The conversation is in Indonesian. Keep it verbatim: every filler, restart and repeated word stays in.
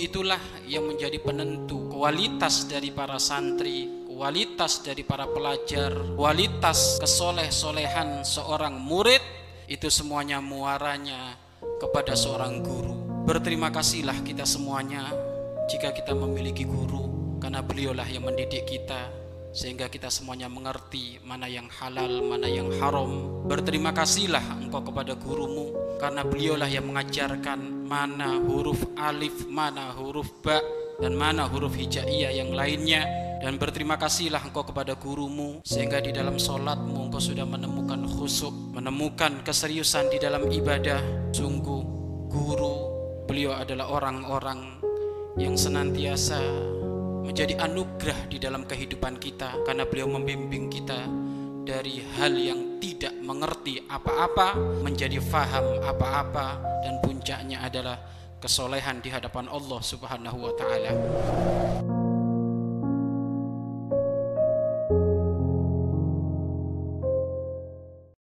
itulah yang menjadi penentu kualitas dari para santri, kualitas dari para pelajar, kualitas kesoleh-solehan seorang murid. Itu semuanya muaranya kepada seorang guru. Berterima kasihlah kita semuanya jika kita memiliki guru, karena beliaulah yang mendidik kita sehingga kita semuanya mengerti mana yang halal, mana yang haram. Berterima kasihlah engkau kepada gurumu, karena beliaulah yang mengajarkan mana huruf alif, mana huruf ba, dan mana huruf hijaiyah yang lainnya. Dan berterima kasihlah engkau kepada gurumu, sehingga di dalam sholatmu engkau sudah menemukan khusyuk, menemukan keseriusan di dalam ibadah. Sungguh guru, beliau adalah orang-orang yang senantiasa menjadi anugerah di dalam kehidupan kita, karena beliau membimbing kita dari hal yang tidak mengerti apa-apa menjadi faham apa-apa, dan puncaknya adalah kesolehan di hadapan Allah Subhanahu wa ta'ala.